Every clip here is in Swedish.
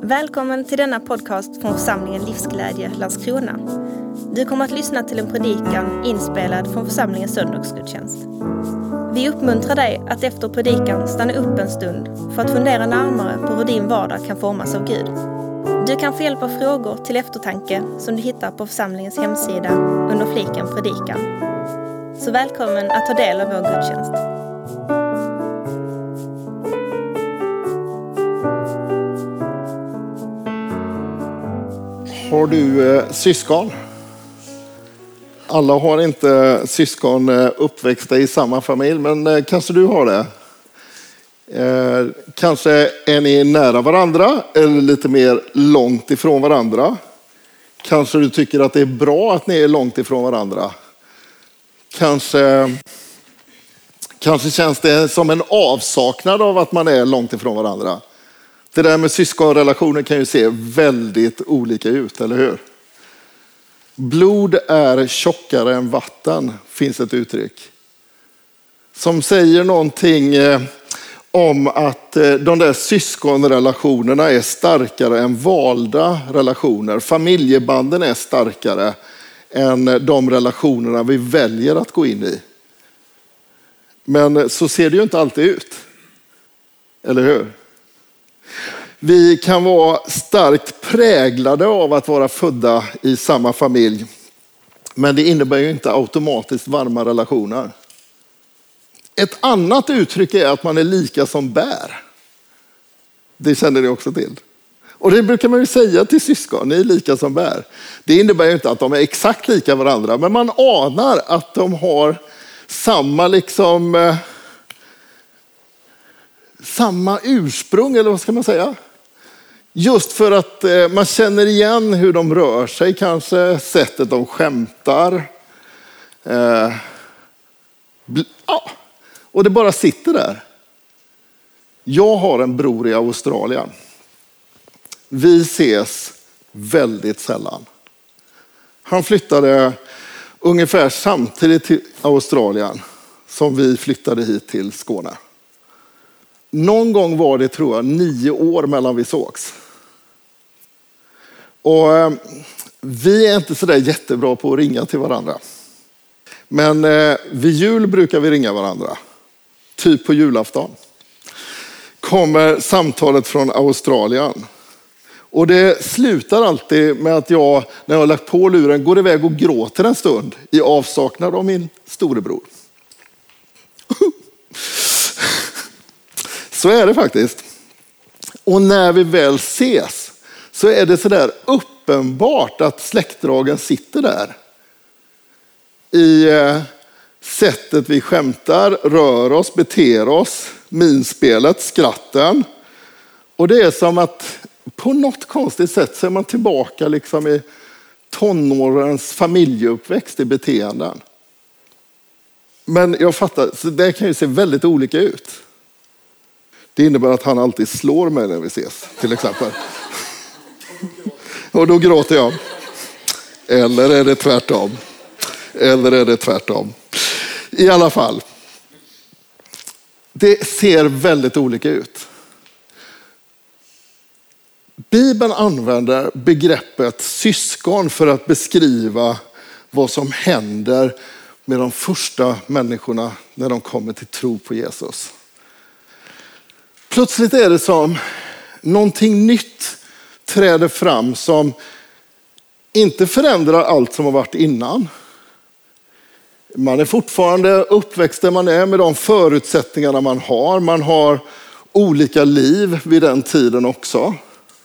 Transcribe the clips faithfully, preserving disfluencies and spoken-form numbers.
Välkommen till denna podcast från församlingen Livsglädje Landskrona. Du kommer att lyssna till en predikan inspelad från församlingens söndagsgudstjänst. Vi uppmuntrar dig att efter predikan stanna upp en stund för att fundera närmare på hur din vardag kan formas av Gud. Du kan få hjälp av frågor till eftertanke som du hittar på församlingens hemsida under fliken predikan. Så välkommen att ta del av vår gudstjänst. Har du eh, syskon? Alla har inte syskon eh, uppväxta i samma familj, men eh, kanske du har det. Eh, kanske är ni nära varandra eller lite mer långt ifrån varandra. Kanske du tycker att det är bra att ni är långt ifrån varandra. Kanske, kanske känns det som en avsaknad av att man är långt ifrån varandra. Det där med syskonrelationer kan ju se väldigt olika ut, eller hur? Blod är tjockare än vatten, finns ett uttryck. Som säger någonting om att de där syskonrelationerna är starkare än valda relationer. Familjebanden är starkare än de relationerna vi väljer att gå in i. Men så ser det ju inte alltid ut, eller hur? Vi kan vara starkt präglade av att vara födda i samma familj. Men det innebär ju inte automatiskt varma relationer. Ett annat uttryck är att man är lika som bär. Det känner ni också till. Och det brukar man ju säga till syskon, ni är lika som bär. Det innebär ju inte att de är exakt lika varandra. Men man anar att de har samma liksom... Eh, samma ursprung, eller vad ska man säga? Just för att eh, man känner igen hur de rör sig, kanske sättet de skämtar. Eh, bl- ja. Och det bara sitter där. Jag har en bror i Australien. Vi ses väldigt sällan. Han flyttade ungefär samtidigt till Australien som vi flyttade hit till Skåne. Någon gång var det, tror jag, nio år mellan vi sågs. Och eh, vi är inte så där jättebra på att ringa till varandra. Men eh, vid jul brukar vi ringa varandra. Typ på julafton. Kommer samtalet från Australien. Och det slutar alltid med att jag, när jag har lagt på luren, går iväg och gråter en stund i avsaknad av min storebror. Så är det faktiskt. Och när vi väl ses så är det så där uppenbart att släktdragen sitter där. I eh, sättet vi skämtar, rör oss, beter oss, minspelet, skratten. Och det är som att på något konstigt sätt så är man tillbaka liksom i tonårens familjeuppväxt i beteenden. Men jag fattar, så det kan ju se väldigt olika ut. Det innebär att han alltid slår mig när vi ses, till exempel. Och då gråter jag. Eller är det tvärtom? Eller är det tvärtom? I alla fall. Det ser väldigt olika ut. Bibeln använder begreppet syskon för att beskriva vad som händer med de första människorna när de kommer till tro på Jesus. Plötsligt är det som någonting nytt träder fram som inte förändrar allt som har varit innan. Man är fortfarande uppväxt där man är med de förutsättningarna man har. Man har olika liv vid den tiden också.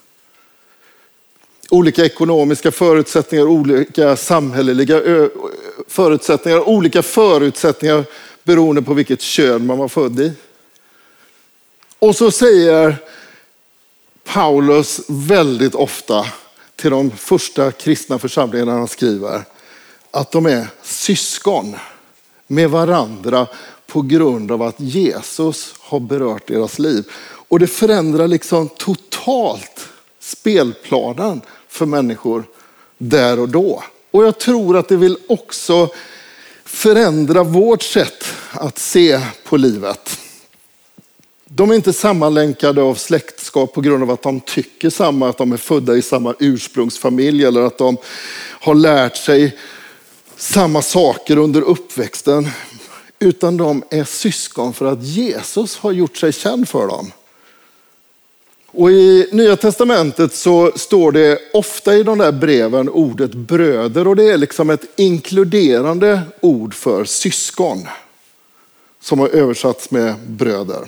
Olika ekonomiska förutsättningar, olika samhälleliga förutsättningar, olika förutsättningar beroende på vilket kön man var född i. Och så säger Paulus väldigt ofta till de första kristna församlingarna han skriver att de är syskon med varandra på grund av att Jesus har berört deras liv. Och det förändrar liksom totalt spelplanen för människor där och då. Och jag tror att det vill också förändra vårt sätt att se på livet. De är inte sammanlänkade av släktskap på grund av att de tycker samma, att de är födda i samma ursprungsfamilj eller att de har lärt sig samma saker under uppväxten. Utan de är syskon för att Jesus har gjort sig känd för dem. Och i Nya testamentet så står det ofta i de där breven ordet bröder, och det är liksom ett inkluderande ord för syskon som har översatts med bröder.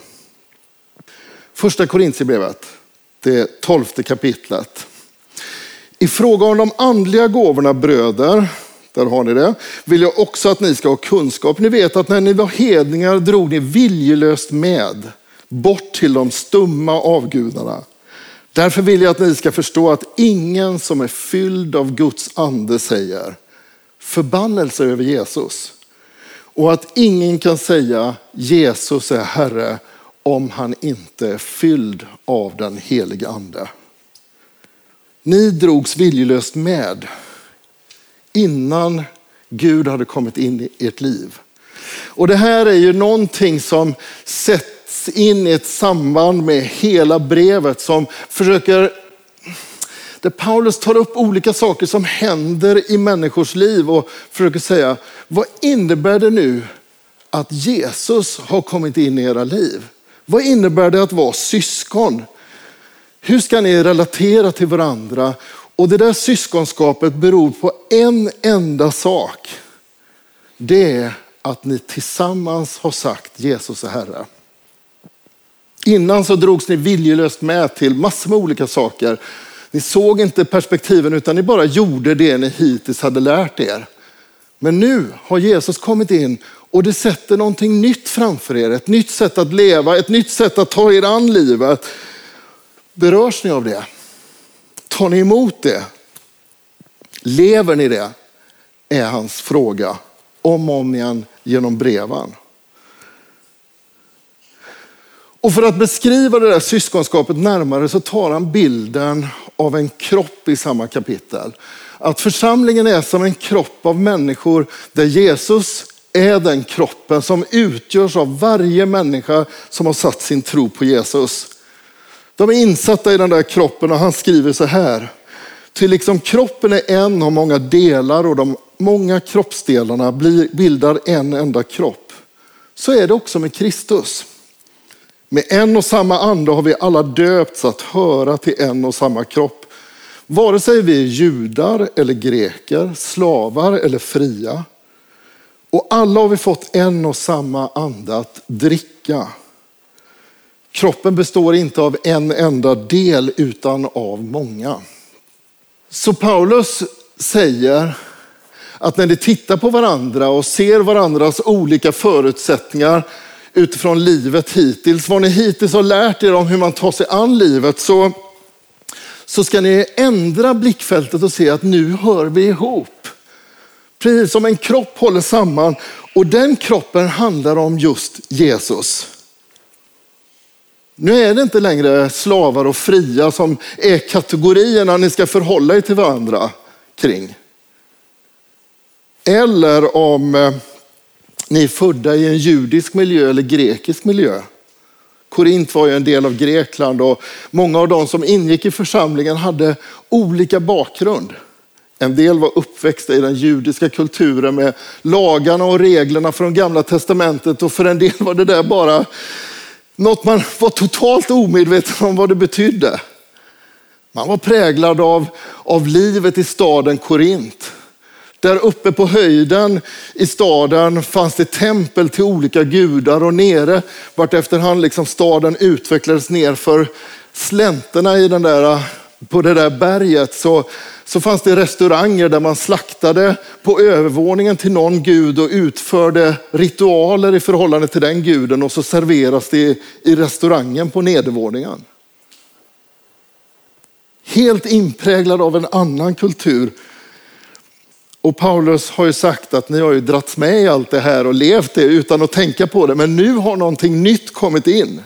Första Korintierbrevet, det tolfte kapitlet. I fråga om de andliga gåvorna bröder, där har ni det, vill jag också att ni ska ha kunskap. Ni vet att när ni var hedningar drog ni viljelöst med bort till de stumma avgudarna. Därför vill jag att ni ska förstå att ingen som är fylld av Guds ande säger förbannelse över Jesus. Och att ingen kan säga Jesus är Herre om han inte är fylld av den heliga ande. Ni drogs viljelöst med innan Gud hade kommit in i ert liv. Och det här är ju någonting som sätts in i ett samband med hela brevet som försöker, där Paulus tar upp olika saker som händer i människors liv och försöker säga, vad innebär det nu att Jesus har kommit in i era liv? Vad innebär det att vara syskon? Hur ska ni relatera till varandra? Och det där syskonskapet beror på en enda sak. Det är att ni tillsammans har sagt Jesus är Herre. Innan så drogs ni viljelöst med till massor med olika saker. Ni såg inte perspektiven utan ni bara gjorde det ni hittills hade lärt er. Men nu har Jesus kommit in och det sätter någonting nytt framför er. Ett nytt sätt att leva, ett nytt sätt att ta er an livet. Berörs ni av det? Tar ni emot det? Lever ni det? Är hans fråga om och om igen genom breven. Och för att beskriva det där syskonskapet närmare så tar han bilden av en kropp i samma kapitel. Att församlingen är som en kropp av människor där Jesus är den kroppen som utgörs av varje människa som har satt sin tro på Jesus. De är insatta i den där kroppen och han skriver så här. Till liksom kroppen är en av många delar och de många kroppsdelarna blir, bildar en enda kropp. Så är det också med Kristus. Med en och samma ande har vi alla döpts att höra till en och samma kropp. Vare sig vi är judar eller greker, slavar eller fria. Och alla har vi fått en och samma ande att dricka. Kroppen består inte av en enda del utan av många. Så Paulus säger att när ni tittar på varandra och ser varandras olika förutsättningar utifrån livet hittills, vad ni hittills har lärt er om hur man tar sig an livet, så, så ska ni ändra blickfältet och se att nu hör vi ihop. Precis som en kropp håller samman och den kroppen handlar om just Jesus. Nu är det inte längre slavar och fria som är kategorierna ni ska förhålla er till varandra kring. Eller om ni är födda i en judisk miljö eller grekisk miljö. Korint var ju en del av Grekland och många av de som ingick i församlingen hade olika bakgrund. En del var uppväxta i den judiska kulturen med lagarna och reglerna från Gamla testamentet och för en del var det där bara något man var totalt omedveten om vad det betydde. Man var präglad av, av livet i staden Korint. Där uppe på höjden i staden fanns det tempel till olika gudar och nere vart efterhand liksom staden utvecklades ner för slänterna i den där, på det där berget så, så fanns det restauranger där man slaktade på övervåningen till någon gud och utförde ritualer i förhållande till den guden och så serveras det i, i restaurangen på nedervåningen. Helt inpräglad av en annan kultur. Och Paulus har ju sagt att ni har ju dragits med i allt det här och levt det utan att tänka på det. Men nu har någonting nytt kommit in.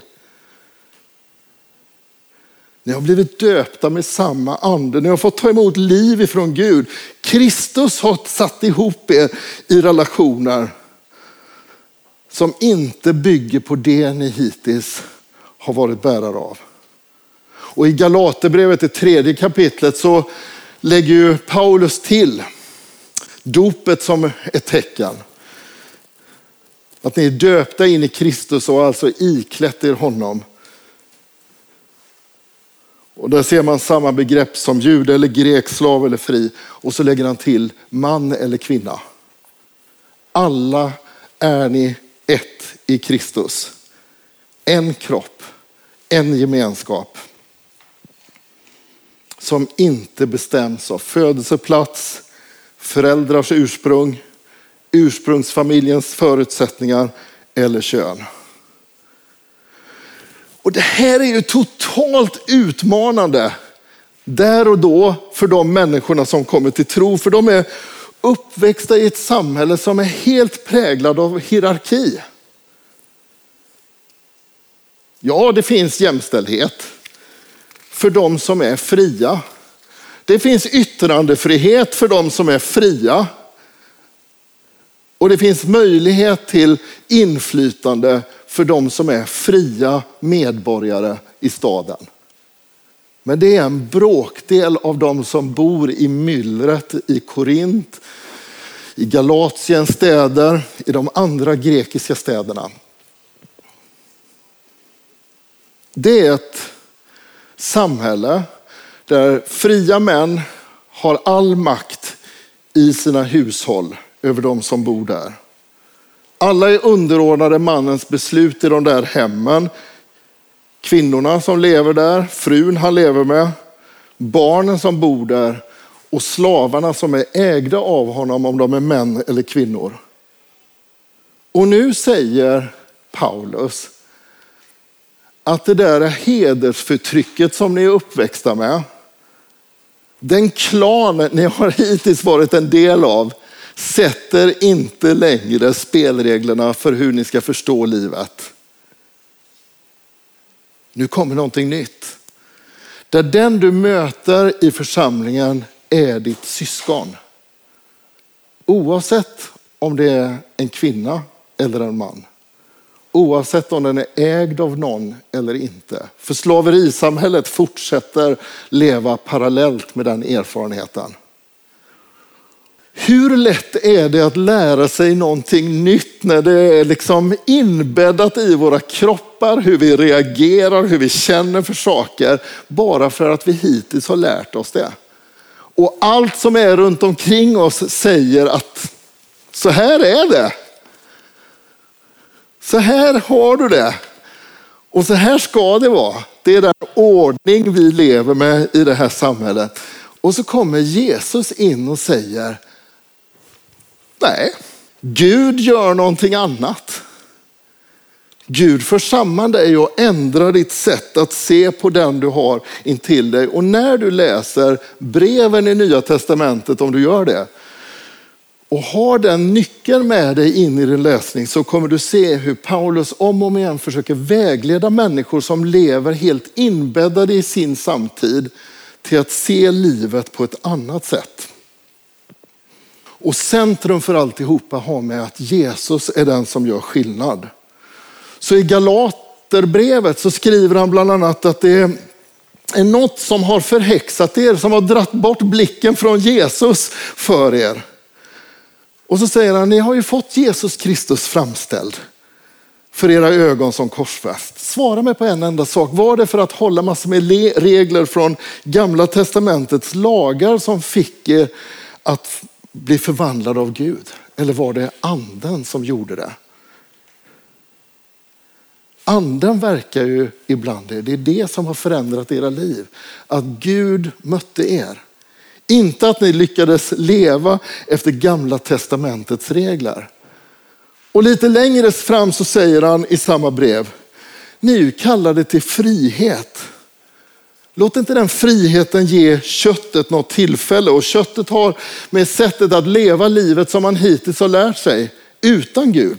Ni har blivit döpta med samma ande. Ni har fått ta emot liv ifrån Gud. Kristus har satt ihop er i relationer som inte bygger på det ni hittills har varit bärare av. Och i Galaterbrevet, i tredje kapitlet, så lägger ju Paulus till dopet som ett tecken. Att ni är döpta in i Kristus och alltså iklätt er honom. Och där ser man samma begrepp som jude eller grek, slav eller fri. Och så lägger han till man eller kvinna. Alla är ni ett i Kristus. En kropp, en gemenskap. Som inte bestäms av födelseplats, föräldrars ursprung, ursprungsfamiljens förutsättningar eller kön. Och det här är ju totalt utmanande där och då för de människorna som kommer till tro. För de är uppväxta i ett samhälle som är helt präglad av hierarki. Ja, det finns jämställdhet för de som är fria. Det finns yttrandefrihet för de som är fria. Och det finns möjlighet till inflytande för de som är fria medborgare i staden. Men det är en bråkdel av de som bor i myllret i Korint, i Galatiens städer, i de andra grekiska städerna. Det är ett samhälle där fria män har all makt i sina hushåll över de som bor där. Alla är underordnade mannens beslut i de där hemmen. Kvinnorna som lever där, frun han lever med, barnen som bor där och slavarna som är ägda av honom om de är män eller kvinnor. Och nu säger Paulus att det där är hedersförtrycket som ni är uppväxta med. Den klan ni har hittills varit en del av sätter inte längre spelreglerna för hur ni ska förstå livet. Nu kommer någonting nytt. Där den du möter i församlingen är ditt syskon. Oavsett om det är en kvinna eller en man. Oavsett om den är ägd av någon eller inte. För slaverisamhället fortsätter leva parallellt med den erfarenheten. Hur lätt är det att lära sig någonting nytt när det är liksom inbäddat i våra kroppar, hur vi reagerar, hur vi känner för saker, bara för att vi hittills har lärt oss det. Och allt som är runt omkring oss säger att så här är det. Så här har du det. Och så här ska det vara. Det är den ordning vi lever med i det här samhället. Och så kommer Jesus in och säger: nej, Gud gör någonting annat. Gud för samman dig och ändrar ditt sätt att se på den du har intill dig. Och när du läser breven i Nya testamentet, om du gör det, och har den nyckeln med dig in i din läsning, så kommer du se hur Paulus om och om igen försöker vägleda människor som lever helt inbäddade i sin samtid till att se livet på ett annat sätt. Och centrum för alltihopa har med att Jesus är den som gör skillnad. Så i Galaterbrevet så skriver han bland annat att det är något som har förhäxat er, som har dratt bort blicken från Jesus för er. Och så säger han: ni har ju fått Jesus Kristus framställd för era ögon som korsfäst. Svara mig på en enda sak. Var det för att hålla massor med regler från Gamla testamentets lagar som fick er att bli förvandlad av Gud? Eller var det anden som gjorde det? Anden verkar ju ibland det. Det är det som har förändrat era liv. Att Gud mötte er. Inte att ni lyckades leva efter Gamla testamentets regler. Och lite längre fram så säger han i samma brev: ni är ju kallade till frihet. Låt inte den friheten ge köttet något tillfälle. Och köttet har med sättet att leva livet som man hittills har lärt sig utan Gud.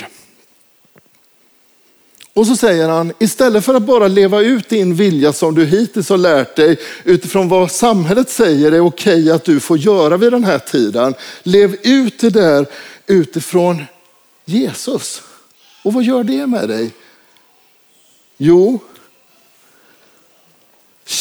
Och så säger han: istället för att bara leva ut din vilja som du hittills har lärt dig utifrån vad samhället säger är okej att du får göra vid den här tiden. Lev ut det där utifrån Jesus. Och vad gör det med dig? Jo,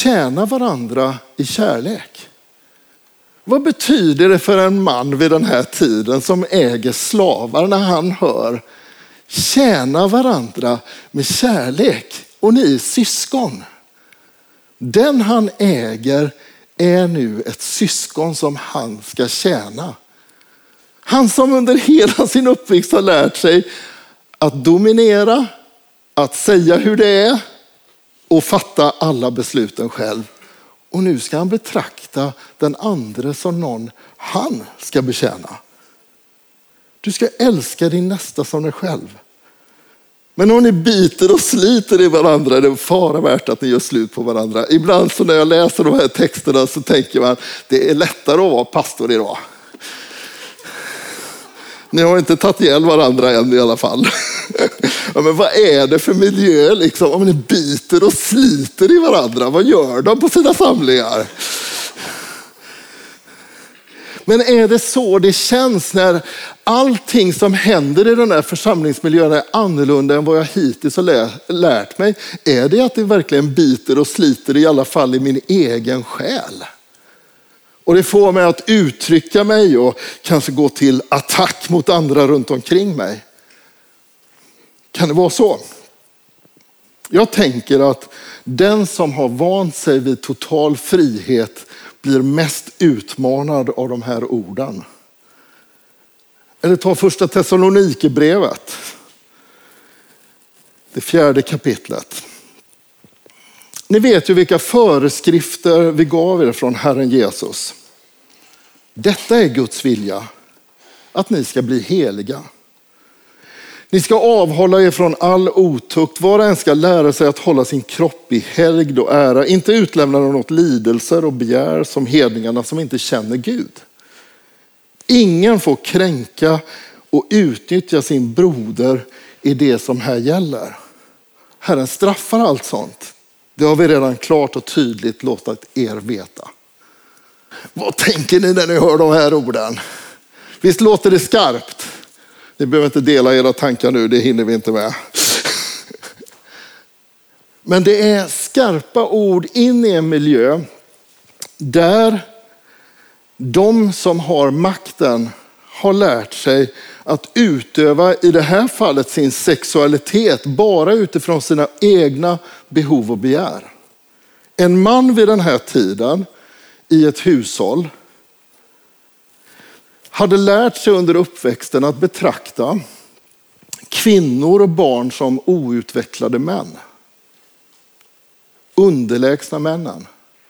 tjäna varandra i kärlek. Vad betyder det för en man vid den här tiden som äger slavar när han hör tjäna varandra med kärlek och ni är syskon? Den han äger är nu ett syskon som han ska tjäna. Han som under hela sin uppväxt har lärt sig att dominera, att säga hur det är och fatta alla besluten själv. Och nu ska han betrakta den andra som någon han ska betjäna. Du ska älska din nästa som dig själv. Men om ni biter och sliter i varandra är det fara värt att ni gör slut på varandra. Ibland så när jag läser de här texterna så tänker man det är lättare att vara pastor idag. Ni har inte tagit ihjäl varandra än i alla fall. Ja, men vad är det för miljö liksom? Om ni biter och sliter i varandra, vad gör de på sina samlingar? Men är det så det känns när allting som händer i den här församlingsmiljön är annorlunda än vad jag hittills har lärt mig? Är det att det verkligen biter och sliter i alla fall i min egen själ? Och det får mig att uttrycka mig och kanske gå till attack mot andra runt omkring mig. Kan det vara så? Jag tänker att den som har vant sig vid total frihet blir mest utmanad av de här orden. Eller ta första Thessalonikerbrevet. Det fjärde kapitlet. Ni vet ju vilka föreskrifter vi gav er från Herren Jesus. Detta är Guds vilja, att ni ska bli heliga. Ni ska avhålla er från all otukt. Var och en ska lära sig att hålla sin kropp i helgd och ära. Inte utlämna den åt lidelser och begär som hedningarna som inte känner Gud. Ingen får kränka och utnyttja sin broder i det som här gäller. Herren straffar allt sånt. Det har vi redan klart och tydligt låtit er veta. Vad tänker ni när ni hör de här orden? Visst låter det skarpt? Ni behöver inte dela era tankar nu, det hinner vi inte med. Men det är skarpa ord in i en miljö där de som har makten har lärt sig att utöva i det här fallet sin sexualitet bara utifrån sina egna behov och begär. En man vid den här tiden i ett hushåll hade lärt sig under uppväxten att betrakta kvinnor och barn som outvecklade män. Underlägsna männen.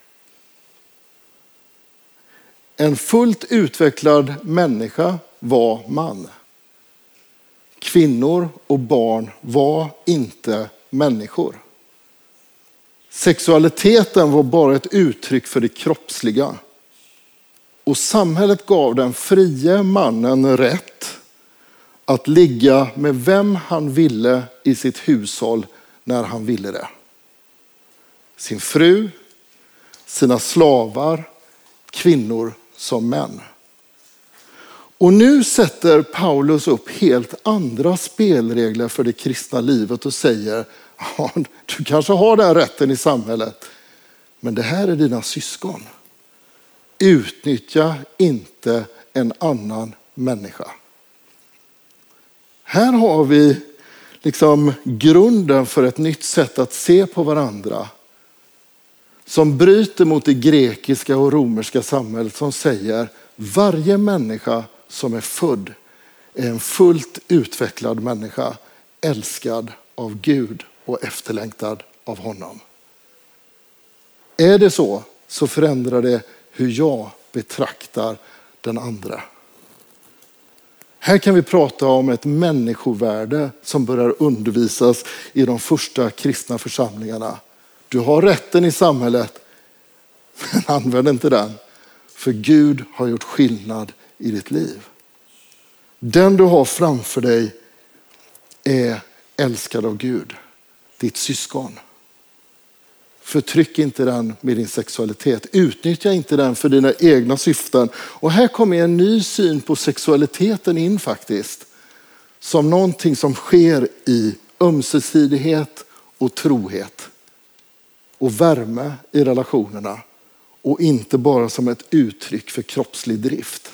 En fullt utvecklad människa var man. Kvinnor och barn var inte människor. Sexualiteten var bara ett uttryck för det kroppsliga. Och samhället gav den frie mannen rätt att ligga med vem han ville i sitt hushåll när han ville det. Sin fru, sina slavar, kvinnor som män. Och nu sätter Paulus upp helt andra spelregler för det kristna livet och säger, ja, du kanske har den rätten i samhället, men det här är dina syskon. Utnyttja inte en annan människa. Här har vi liksom grunden för ett nytt sätt att se på varandra som bryter mot det grekiska och romerska samhället som säger varje människa som är född är en fullt utvecklad människa, älskad av Gud och efterlängtad av honom. Är det så, så förändrar det hur jag betraktar den andra. Här kan vi prata om ett människovärde som börjar undervisas i de första kristna församlingarna. Du har rätten i samhället, men använd inte den. För Gud har gjort skillnad i ditt liv. Den du har framför dig är älskad av Gud, ditt syskon. Förtryck inte den med din sexualitet. Utnyttja inte den för dina egna syften. Och här kommer en ny syn på sexualiteten in faktiskt. Som någonting som sker i ömsesidighet och trohet. och värme i relationerna och inte bara som ett uttryck för kroppslig drift.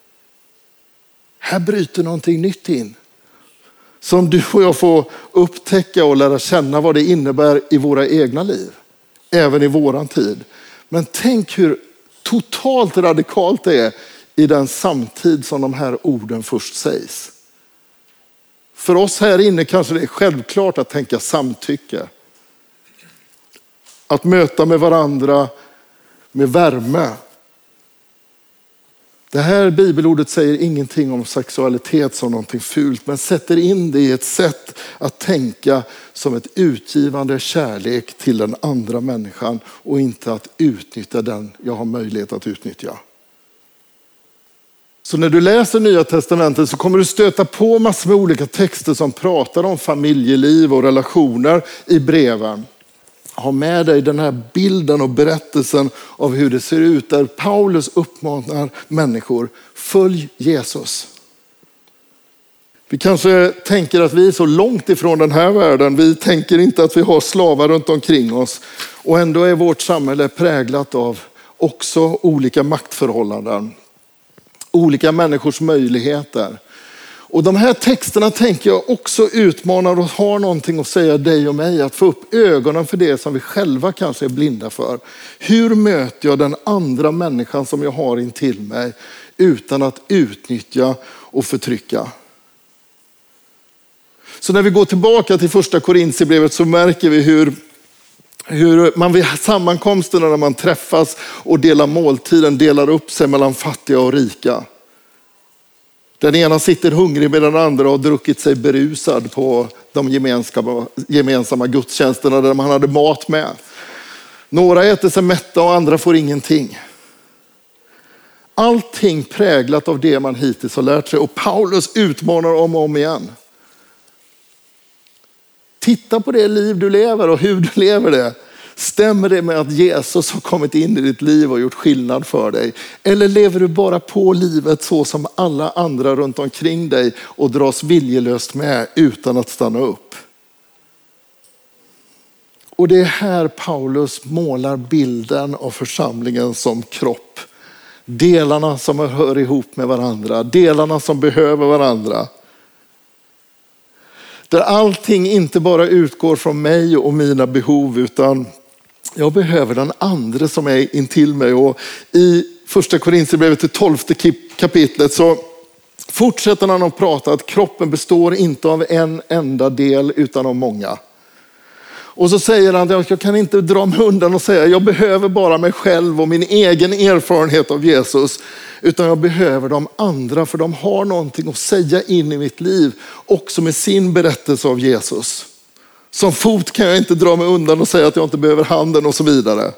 Här bryter någonting nytt in. Som du och jag får upptäcka och lära känna vad det innebär i våra egna liv. Även i våran tid. Men tänk hur totalt radikalt det är i den samtid som de här orden först sägs. För oss här inne kanske det är självklart att tänka samtycke. Att möta med varandra med värme. Det här bibelordet säger ingenting om sexualitet som någonting fult, men sätter in det i ett sätt att tänka som ett utgivande kärlek till den andra människan och inte att utnyttja den jag har möjlighet att utnyttja. Så när du läser Nya testamentet så kommer du stöta på massor med olika texter som pratar om familjeliv och relationer i breven. Ha med dig den här bilden och berättelsen av hur det ser ut där Paulus uppmanar människor, följ Jesus. Vi kanske tänker att vi är så långt ifrån den här världen. Vi tänker inte att vi har slavar runt omkring oss. Och ändå är vårt samhälle präglat av också olika maktförhållanden. Olika människors möjligheter. Och de här texterna tänker jag också utmanar och har någonting att säga dig och mig. Att få upp ögonen för det som vi själva kanske är blinda för. Hur möter jag den andra människan som jag har intill mig utan att utnyttja och förtrycka? Så när vi går tillbaka till första Korinthierbrevet så märker vi hur, hur man vid sammankomsterna när man träffas och delar måltiden delar upp sig mellan fattiga och rika. Den ena sitter hungrig med den andra och har druckit sig berusad på de gemensamma, gemensamma gudstjänsterna där man hade mat med. Några äter sig mätta och andra får ingenting. Allting präglat av det man hittills har lärt sig. Och Paulus utmanar om och om igen. Titta på det liv du lever och hur du lever det. Stämmer det med att Jesus har kommit in i ditt liv och gjort skillnad för dig? Eller lever du bara på livet så som alla andra runt omkring dig och dras viljelöst med utan att stanna upp? Och det är här Paulus målar bilden av församlingen som kropp. Delarna som hör ihop med varandra. Delarna som behöver varandra. Där allting inte bara utgår från mig och mina behov utan jag behöver den andra som är intill mig. Och i första Korinthierbrevet till tolfte kapitlet så fortsätter han att prata att kroppen består inte av en enda del utan av många. Och så säger han att jag kan inte dra mig undan och säga jag behöver bara mig själv och min egen erfarenhet av Jesus. Utan jag behöver de andra för de har någonting att säga in i mitt liv. Också med sin berättelse av Jesus. Som fot kan jag inte dra mig undan och säga att jag inte behöver handen och så vidare.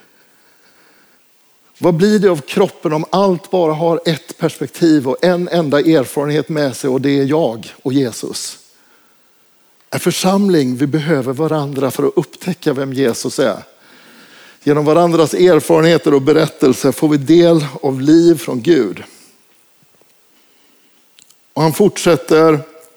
Vad blir det av kroppen om allt bara har ett perspektiv och en enda erfarenhet med sig och det är jag och Jesus? En församling, vi behöver varandra för att upptäcka vem Jesus är. Genom varandras erfarenheter och berättelser får vi del av liv från Gud. Och han fortsätter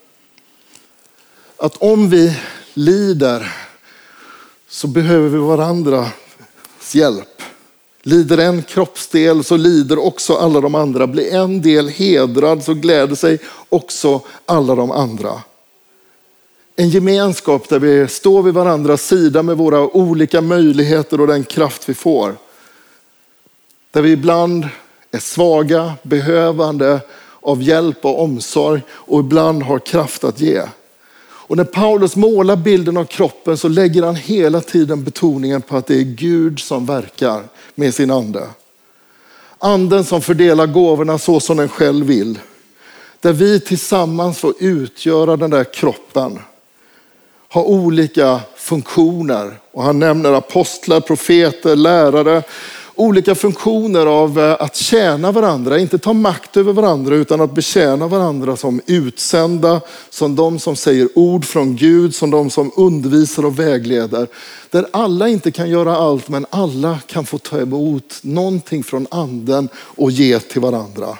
att om vi lider så behöver vi varandras hjälp. Lider en kroppsdel så lider också alla de andra. Blir en del hedrad så gläder sig också alla de andra. En gemenskap där vi står vid varandras sida med våra olika möjligheter och den kraft vi får. Där vi ibland är svaga, behövande av hjälp och omsorg och ibland har kraft att ge. Och när Paulus målar bilden av kroppen så lägger han hela tiden betoningen på att det är Gud som verkar med sin ande. Anden som fördelar gåvorna så som den själv vill. Där vi tillsammans får utgöra den där kroppen. Ha olika funktioner. Och han nämner apostlar, profeter, lärare. Olika funktioner av att tjäna varandra. Inte ta makt över varandra utan att betjäna varandra som utsända. Som de som säger ord från Gud. Som de som undervisar och vägleder. Där alla inte kan göra allt men alla kan få ta emot någonting från anden och ge till varandra.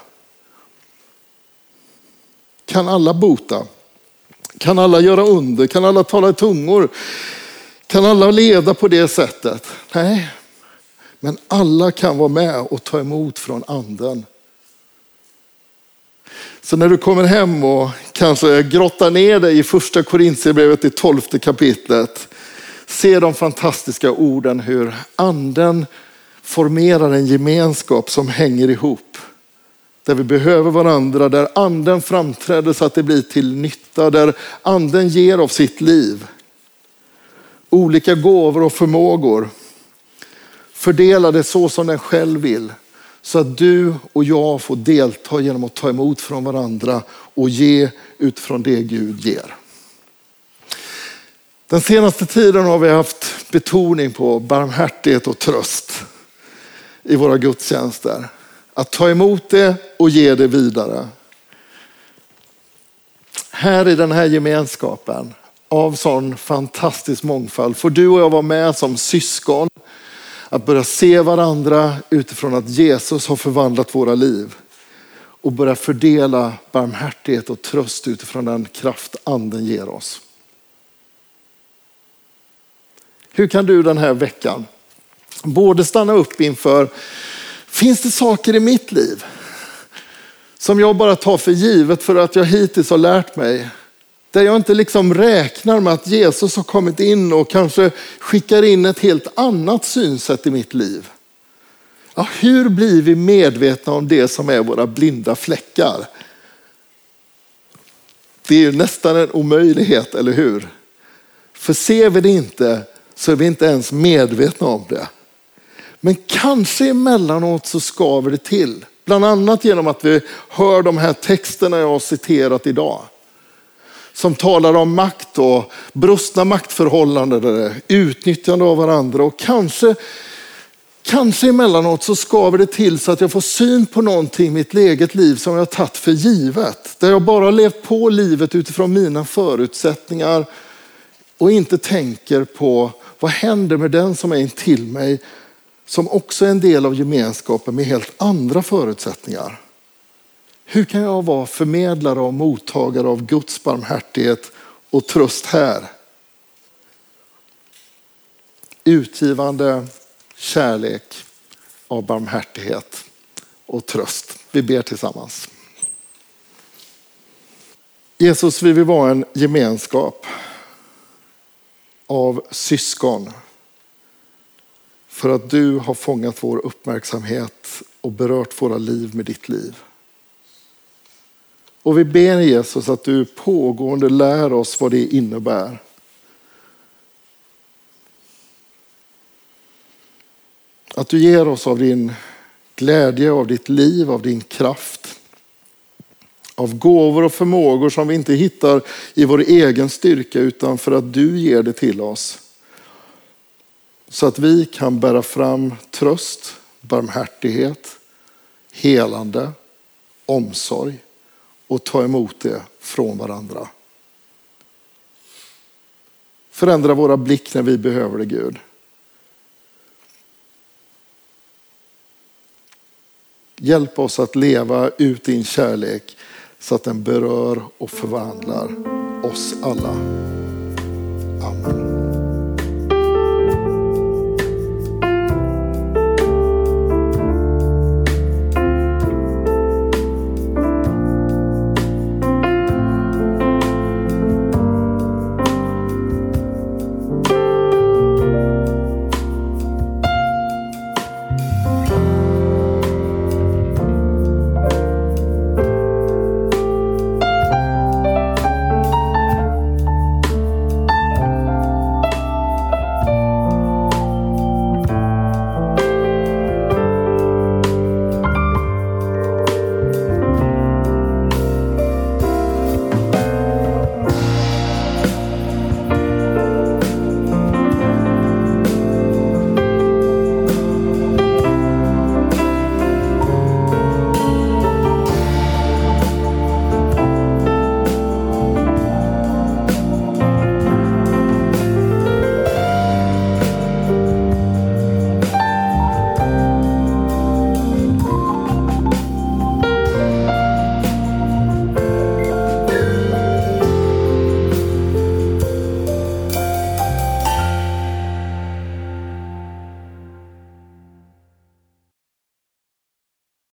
Kan alla bota? Kan alla göra under? Kan alla tala i tungor? Kan alla leda på det sättet? Nej, men alla kan vara med och ta emot från anden. Så när du kommer hem och kanske grottar ner dig i första Korintierbrevet i tolfte kapitlet, se de fantastiska orden hur anden formerar en gemenskap som hänger ihop. Där vi behöver varandra, där anden framträder så att det blir till nytta, där anden ger av sitt liv. Olika gåvor och förmågor fördelade så som den själv vill. Så att du och jag får delta genom att ta emot från varandra och ge utifrån det Gud ger. Den senaste tiden har vi haft betoning på barmhärtighet och tröst i våra gudstjänster. Att ta emot det och ge det vidare. Här i den här gemenskapen av sån fantastisk mångfald får du och jag vara med som syskon. Att börja se varandra utifrån att Jesus har förvandlat våra liv. Och börja fördela barmhärtighet och tröst utifrån den kraft anden ger oss. Hur kan du den här veckan både stanna upp inför, finns det saker i mitt liv som jag bara tar för givet för att jag hittills har lärt mig? Där jag inte liksom räknar med att Jesus har kommit in och kanske skickar in ett helt annat synsätt i mitt liv. Ja, hur blir vi medvetna om det som är våra blinda fläckar? Det är ju nästan en omöjlighet, eller hur? För ser vi det inte så är vi inte ens medvetna om det. Men kanske emellanåt så skaver det till. Bland annat genom att vi hör de här texterna jag har citerat idag. Som talar om makt och brustna maktförhållanden, utnyttjande av varandra. Och kanske, kanske emellanåt så skaver det till så att jag får syn på någonting i mitt eget liv som jag har tagit för givet. Där jag bara har levt på livet utifrån mina förutsättningar. Och inte tänker på vad händer med den som är in till mig. Som också är en del av gemenskapen med helt andra förutsättningar. Hur kan jag vara förmedlare och mottagare av Guds barmhärtighet och tröst här? Utgivande kärlek av barmhärtighet och tröst. Vi ber tillsammans. Jesus, vi vill vara en gemenskap av syskon. För att du har fångat vår uppmärksamhet och berört våra liv med ditt liv. Och vi ber Jesus att du pågående lär oss vad det innebär. Att du ger oss av din glädje, av ditt liv, av din kraft. Av gåvor och förmågor som vi inte hittar i vår egen styrka utan för att du ger det till oss. Så att vi kan bära fram tröst, barmhärtighet, helande, omsorg och ta emot det från varandra. Förändra våra blick när vi behöver det, Gud. Hjälp oss att leva ut din kärlek så att den berör och förvandlar oss alla. Amen.